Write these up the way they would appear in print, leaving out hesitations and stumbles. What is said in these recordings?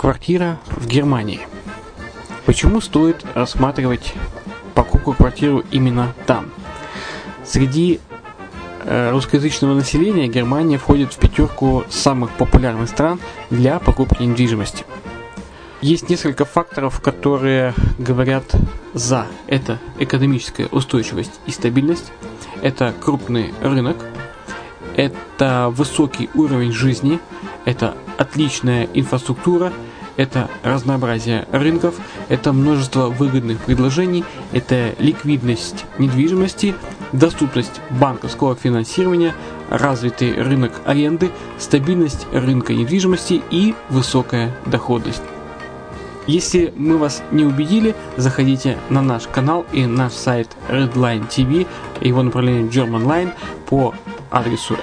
Квартира в Германии. Почему стоит рассматривать покупку квартиры именно там? Среди русскоязычного населения Германия входит в пятерку самых популярных стран для покупки недвижимости. Есть несколько факторов, которые говорят за. Это экономическая устойчивость и стабильность, это крупный рынок, это высокий уровень жизни, это отличная инфраструктура, это разнообразие рынков, это множество выгодных предложений, это ликвидность недвижимости, доступность банковского финансирования, развитый рынок аренды, стабильность рынка недвижимости и высокая доходность. Если мы вас не убедили, заходите на наш канал и наш сайт Redline TV, его направление German Line по адресу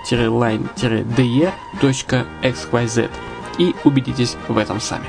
red-line-de.xyz и убедитесь в этом сами.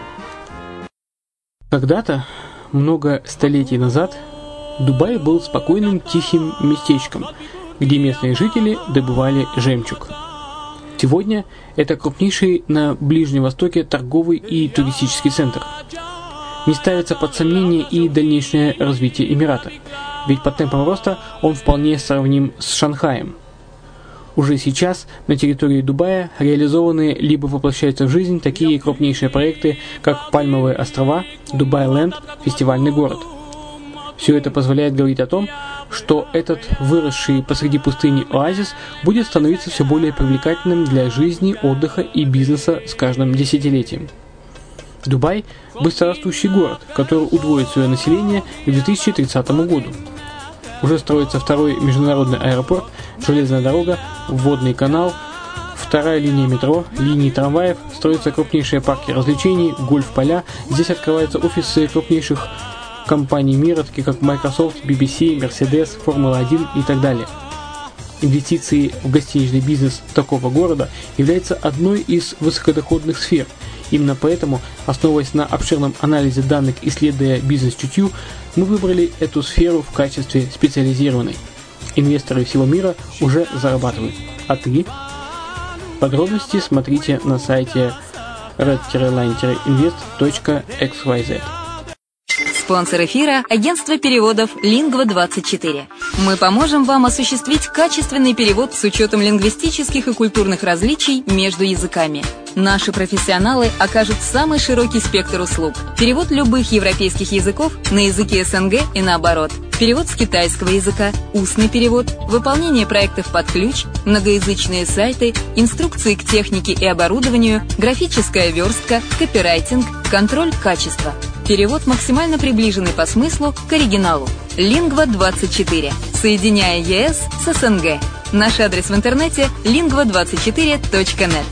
Когда-то, много столетий назад, Дубай был спокойным тихим местечком, где местные жители добывали жемчуг. Сегодня это крупнейший на Ближнем Востоке торговый и туристический центр. Не ставится под сомнение и дальнейшее развитие Эмирата, ведь по темпам роста он вполне сравним с Шанхаем. Уже сейчас на территории Дубая реализованы либо воплощаются в жизнь такие крупнейшие проекты, как Пальмовые острова, Дубай-Ленд, фестивальный город. Все это позволяет говорить о том, что этот выросший посреди пустыни оазис будет становиться все более привлекательным для жизни, отдыха и бизнеса с каждым десятилетием. Дубай – быстрорастущий город, который удвоит свое население к 2030 году. Уже строится второй международный аэропорт, железная дорога, водный канал, вторая линия метро, линии трамваев, строятся крупнейшие парки развлечений, гольф-поля. Здесь открываются офисы крупнейших компаний мира, таких как Microsoft, BBC, Mercedes, Формула-1 и так далее. Инвестиции в гостиничный бизнес такого города являются одной из высокодоходных сфер. Именно поэтому, основываясь на обширном анализе данных, исследуя бизнес-чутью, мы выбрали эту сферу в качестве специализированной. Инвесторы всего мира уже зарабатывают. А ты? Подробности смотрите на сайте red-line-invest.xyz. Спонсор эфира – агентство переводов Lingua24. Мы поможем вам осуществить качественный перевод с учетом лингвистических и культурных различий между языками. Наши профессионалы окажут самый широкий спектр услуг. Перевод любых европейских языков на языки СНГ и наоборот. Перевод с китайского языка, устный перевод, выполнение проектов под ключ, многоязычные сайты, инструкции к технике и оборудованию, графическая верстка, копирайтинг, контроль качества. Перевод максимально приближенный по смыслу к оригиналу. Lingua24. Соединяя ЕС с СНГ. Наш адрес в интернете lingua24.net.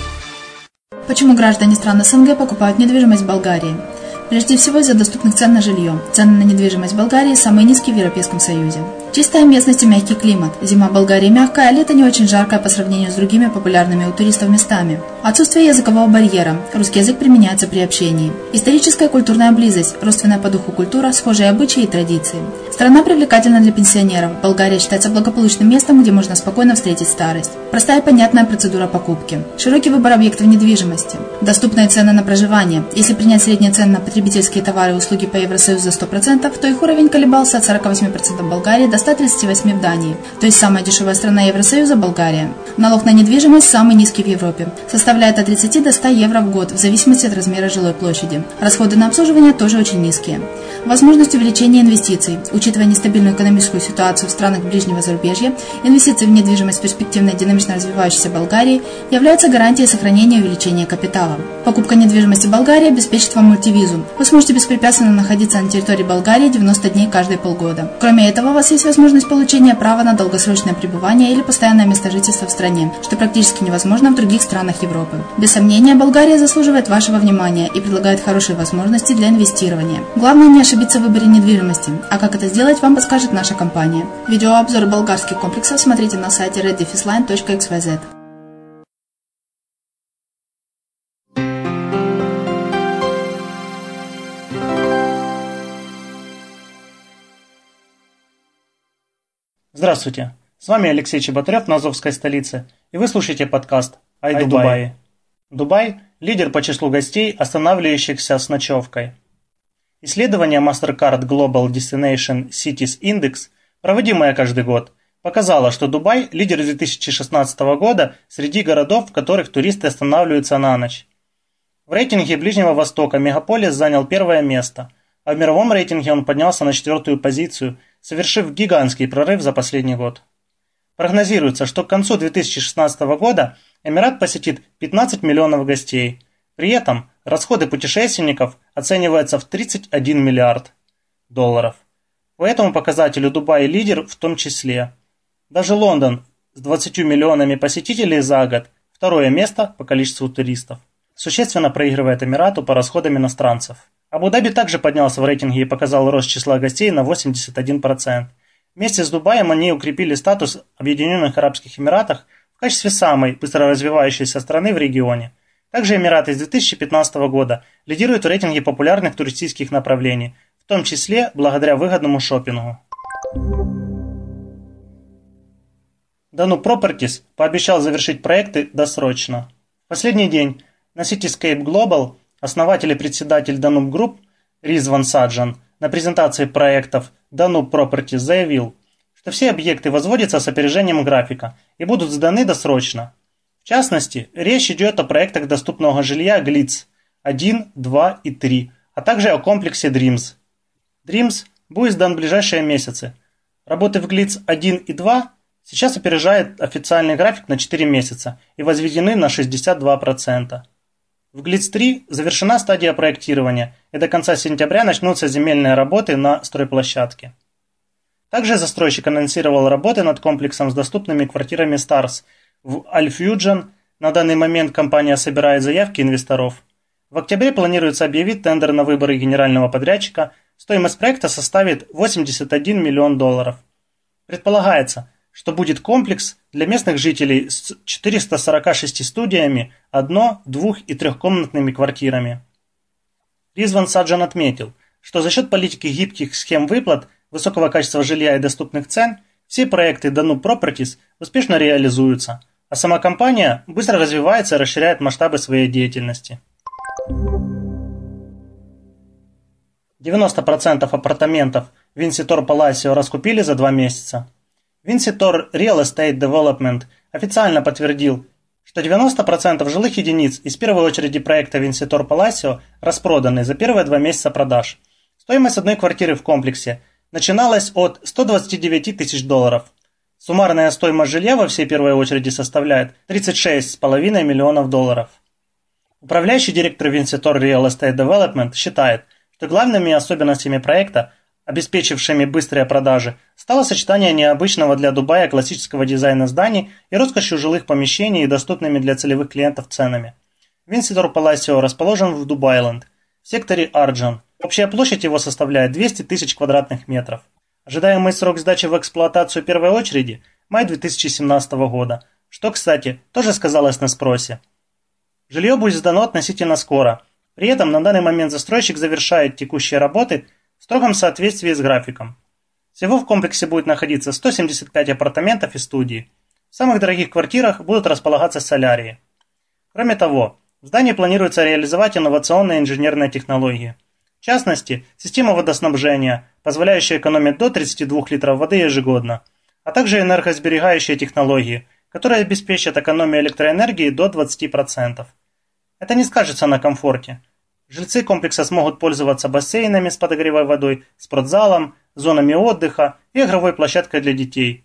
Почему граждане стран СНГ покупают недвижимость в Болгарии? Прежде всего из-за доступных цен на жилье. Цены на недвижимость в Болгарии самые низкие в Европейском Союзе. Чистая местность и мягкий климат. Зима в Болгарии мягкая, а лето не очень жаркое по сравнению с другими популярными у туристов местами. Отсутствие языкового барьера. Русский язык применяется при общении. Историческая и культурная близость. Родственная по духу культура, схожие обычаи и традиции. Страна привлекательна для пенсионеров. Болгария считается благополучным местом, где можно спокойно встретить старость. Простая и понятная процедура покупки. Широкий выбор объектов недвижимости. Доступные цены на проживание. Если принять средние цены на потребительские товары и услуги по Евросоюзу за 100%, то их уровень колебался от 48% в Болгарии до 138% в Дании. То есть самая дешевая страна Евросоюза – Болгария. Налог на недвижимость самый низкий в Европе. Составляет от 30 до 100 евро в год, в зависимости от размера жилой площади. Расходы на обслуживание тоже очень низкие. Возможность увеличения инвестиций. Учитывая нестабильную экономическую ситуацию в странах ближнего зарубежья, инвестиции в недвижимость в перспективной динамично развивающейся Болгарии являются гарантией сохранения и увеличения капитала. Покупка недвижимости в Болгарии обеспечит вам мультивизу. Вы сможете беспрепятственно находиться на территории Болгарии 90 дней каждые полгода. Кроме этого, у вас есть возможность получения права на долгосрочное пребывание или постоянное место жительства в стране, что практически невозможно в других странах Европы. Без сомнения, Болгария заслуживает вашего внимания и предлагает хорошие возможности для инвестирования. Главное не ошибиться в выборе недвижимости, а как это сделать, вам подскажет наша компания. Видеообзор болгарских комплексов смотрите на сайте red-line.xyz. Здравствуйте, с вами Алексей Чеботарев на Азовской столице, и вы слушаете подкаст «Ай Дубай». Дубай лидер по числу гостей, останавливающихся с ночевкой. Исследование MasterCard Global Destination Cities Index, проводимое каждый год, показало, что Дубай – лидер 2016 года среди городов, в которых туристы останавливаются на ночь. В рейтинге Ближнего Востока мегаполис занял первое место, а в мировом рейтинге он поднялся на 4-ю позицию, совершив гигантский прорыв за последний год. Прогнозируется, что к концу 2016 года Эмират посетит 15 миллионов гостей. При этом расходы путешественников оцениваются в 31 миллиард долларов. По этому показателю Дубай лидер в том числе. Даже Лондон с 20 миллионами посетителей за год – второе место по количеству туристов. Существенно проигрывает Эмирату по расходам иностранцев. Абу-Даби также поднялся в рейтинге и показал рост числа гостей на 81%. Вместе с Дубаем они укрепили статус Объединенных Арабских Эмиратов в качестве самой быстро развивающейся страны в регионе. Также Эмираты с 2015 года лидируют в рейтинге популярных туристических направлений, в том числе благодаря выгодному шопингу. Danube Properties пообещал завершить проекты досрочно. В последний день на Cityscape Global основатель и председатель Danube Group Ризван Саджан на презентации проектов Danube Properties заявил, что все объекты возводятся с опережением графика и будут сданы досрочно. В частности, речь идет о проектах доступного жилья Glitz 1, 2 и 3, а также о комплексе Dreams. Dreams будет сдан в ближайшие месяцы. Работы в Glitz 1 и 2 сейчас опережают официальный график на 4 месяца и возведены на 62%. В Glitz 3 завершена стадия проектирования, и до конца сентября начнутся земельные работы на стройплощадке. Также застройщик анонсировал работы над комплексом с доступными квартирами Stars в Al-Fujan. На данный момент компания собирает заявки инвесторов. В октябре планируется объявить тендер на выборы генерального подрядчика. Стоимость проекта составит 81 миллион долларов. Предполагается, что будет комплекс для местных жителей с 446 студиями, 1-, 2- и 3-комнатными квартирами. Ризван Саджан отметил, что за счет политики гибких схем выплат, высокого качества жилья и доступных цен, все проекты Danube Properties успешно реализуются, а сама компания быстро развивается и расширяет масштабы своей деятельности. 90% апартаментов Винситор Паласио раскупили за 2 месяца. Винситор Real Estate Development официально подтвердил, что 90% жилых единиц из первой очереди проекта Винситор Паласио распроданы за первые 2 месяца продаж. Стоимость одной квартиры в комплексе начиналась от 129 тысяч долларов. Суммарная стоимость жилья во всей первой очереди составляет 36,5 миллионов долларов. Управляющий директор Винситор Real Estate Development считает, что главными особенностями проекта, обеспечившими быстрые продажи, стало сочетание необычного для Дубая классического дизайна зданий и роскошью жилых помещений и доступными для целевых клиентов ценами. Винситор Паласио расположен в Дубайленд, в секторе Арджан. Общая площадь его составляет 200 тысяч квадратных метров. Ожидаемый срок сдачи в эксплуатацию первой очереди – май 2017 года, что, кстати, тоже сказалось на спросе. Жилье будет сдано относительно скоро. При этом на данный момент застройщик завершает текущие работы в строгом соответствии с графиком. Всего в комплексе будет находиться 175 апартаментов и студий. В самых дорогих квартирах будут располагаться солярии. Кроме того, в здании планируется реализовать инновационные инженерные технологии. В частности, система водоснабжения, позволяющая экономить до 32 литров воды ежегодно, а также энергосберегающие технологии, которые обеспечат экономию электроэнергии до 20%. Это не скажется на комфорте. Жильцы комплекса смогут пользоваться бассейнами с подогревой водой, спортзалом, зонами отдыха и игровой площадкой для детей.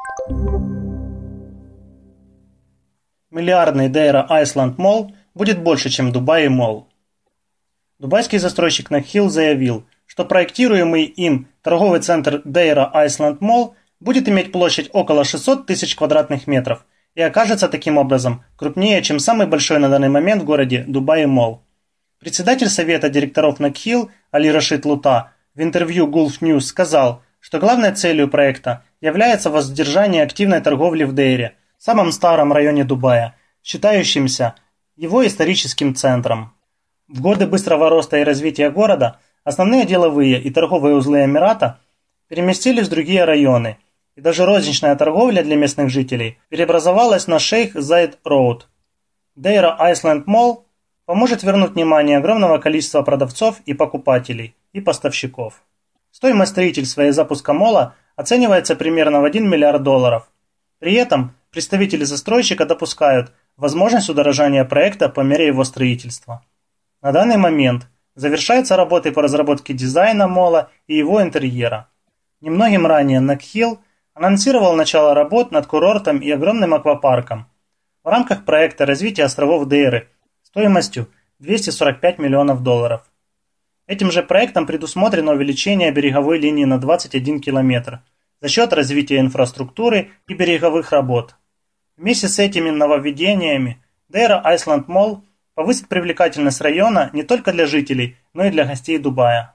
Миллиардный Deira Iceland Mall будет больше, чем Dubai Mall. Дубайский застройщик Nakheel заявил, что проектируемый им торговый центр Deira Iceland Mall будет иметь площадь около 600 тысяч квадратных метров и окажется таким образом крупнее, чем самый большой на данный момент в городе Dubai Mall. Председатель совета директоров Nakheel Али Рашид Лута в интервью Gulf News сказал, что главной целью проекта является воздержание активной торговли в Дейре, самом старом районе Дубая, считающимся его историческим центром. В годы быстрого роста и развития города основные деловые и торговые узлы Эмирата переместились в другие районы, и даже розничная торговля для местных жителей преобразовалась на Шейх Зайд Роуд. Deira Iceland Mall поможет вернуть внимание огромного количества продавцов и покупателей, и поставщиков. Стоимость строительства и запуска мола оценивается примерно в $1 миллиард. При этом представители застройщика допускают возможность удорожания проекта по мере его строительства. На данный момент завершаются работы по разработке дизайна мола и его интерьера. Немногим ранее Нак-Хилл анонсировал начало работ над курортом и огромным аквапарком в рамках проекта развития островов Дейры стоимостью $245 миллионов. Этим же проектом предусмотрено увеличение береговой линии на 21 километр за счет развития инфраструктуры и береговых работ. Вместе с этими нововведениями Дейра Айсланд Молл повысит привлекательность района не только для жителей, но и для гостей Дубая.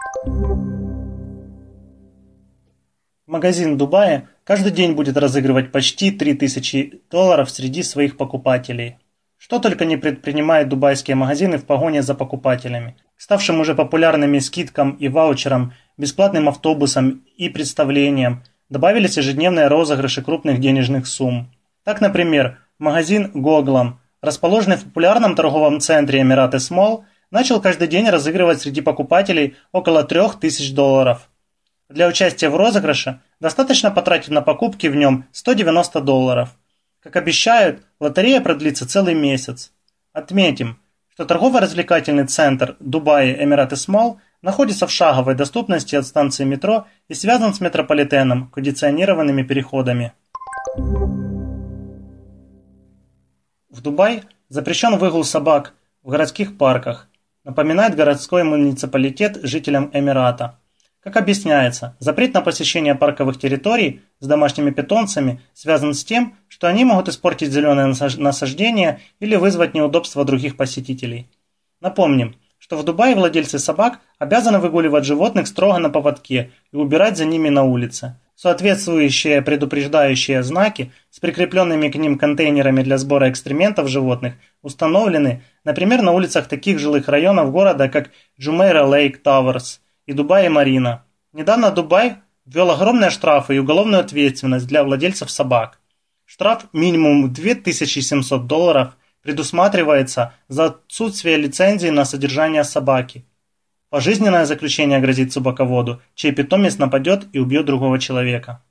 Магазин Дубая каждый день будет разыгрывать почти $3000 среди своих покупателей. Что только не предпринимают дубайские магазины в погоне за покупателями. К ставшим уже популярными скидкам и ваучерам, бесплатным автобусам и представлениям добавились ежедневные розыгрыши крупных денежных сумм. Так, например, магазин Гоглам, расположенный в популярном торговом центре Эмиратес Молл, начал каждый день разыгрывать среди покупателей около $3000. Для участия в розыгрыше достаточно потратить на покупки в нем $190. Как обещают, лотерея продлится целый месяц. Отметим, что торгово-развлекательный центр Дубай Эмиратес Молл находится в шаговой доступности от станции метро и связан с метрополитеном кондиционированными переходами. В Дубае запрещен выгул собак в городских парках, напоминает городской муниципалитет жителям Эмирата. Как объясняется, запрет на посещение парковых территорий с домашними питомцами связан с тем, что они могут испортить зеленые насаждения или вызвать неудобства других посетителей. Напомним, что в Дубае владельцы собак обязаны выгуливать животных строго на поводке и убирать за ними на улице. Соответствующие предупреждающие знаки с прикрепленными к ним контейнерами для сбора экскрементов животных установлены, например, на улицах таких жилых районов города, как Джумейра Лейк Тауэрс и Дубай-Марина. Недавно Дубай ввел огромные штрафы и уголовную ответственность для владельцев собак. Штраф минимум $2700 предусматривается за отсутствие лицензии на содержание собаки. Пожизненное заключение грозит собаководу, чей питомец нападет и убьет другого человека.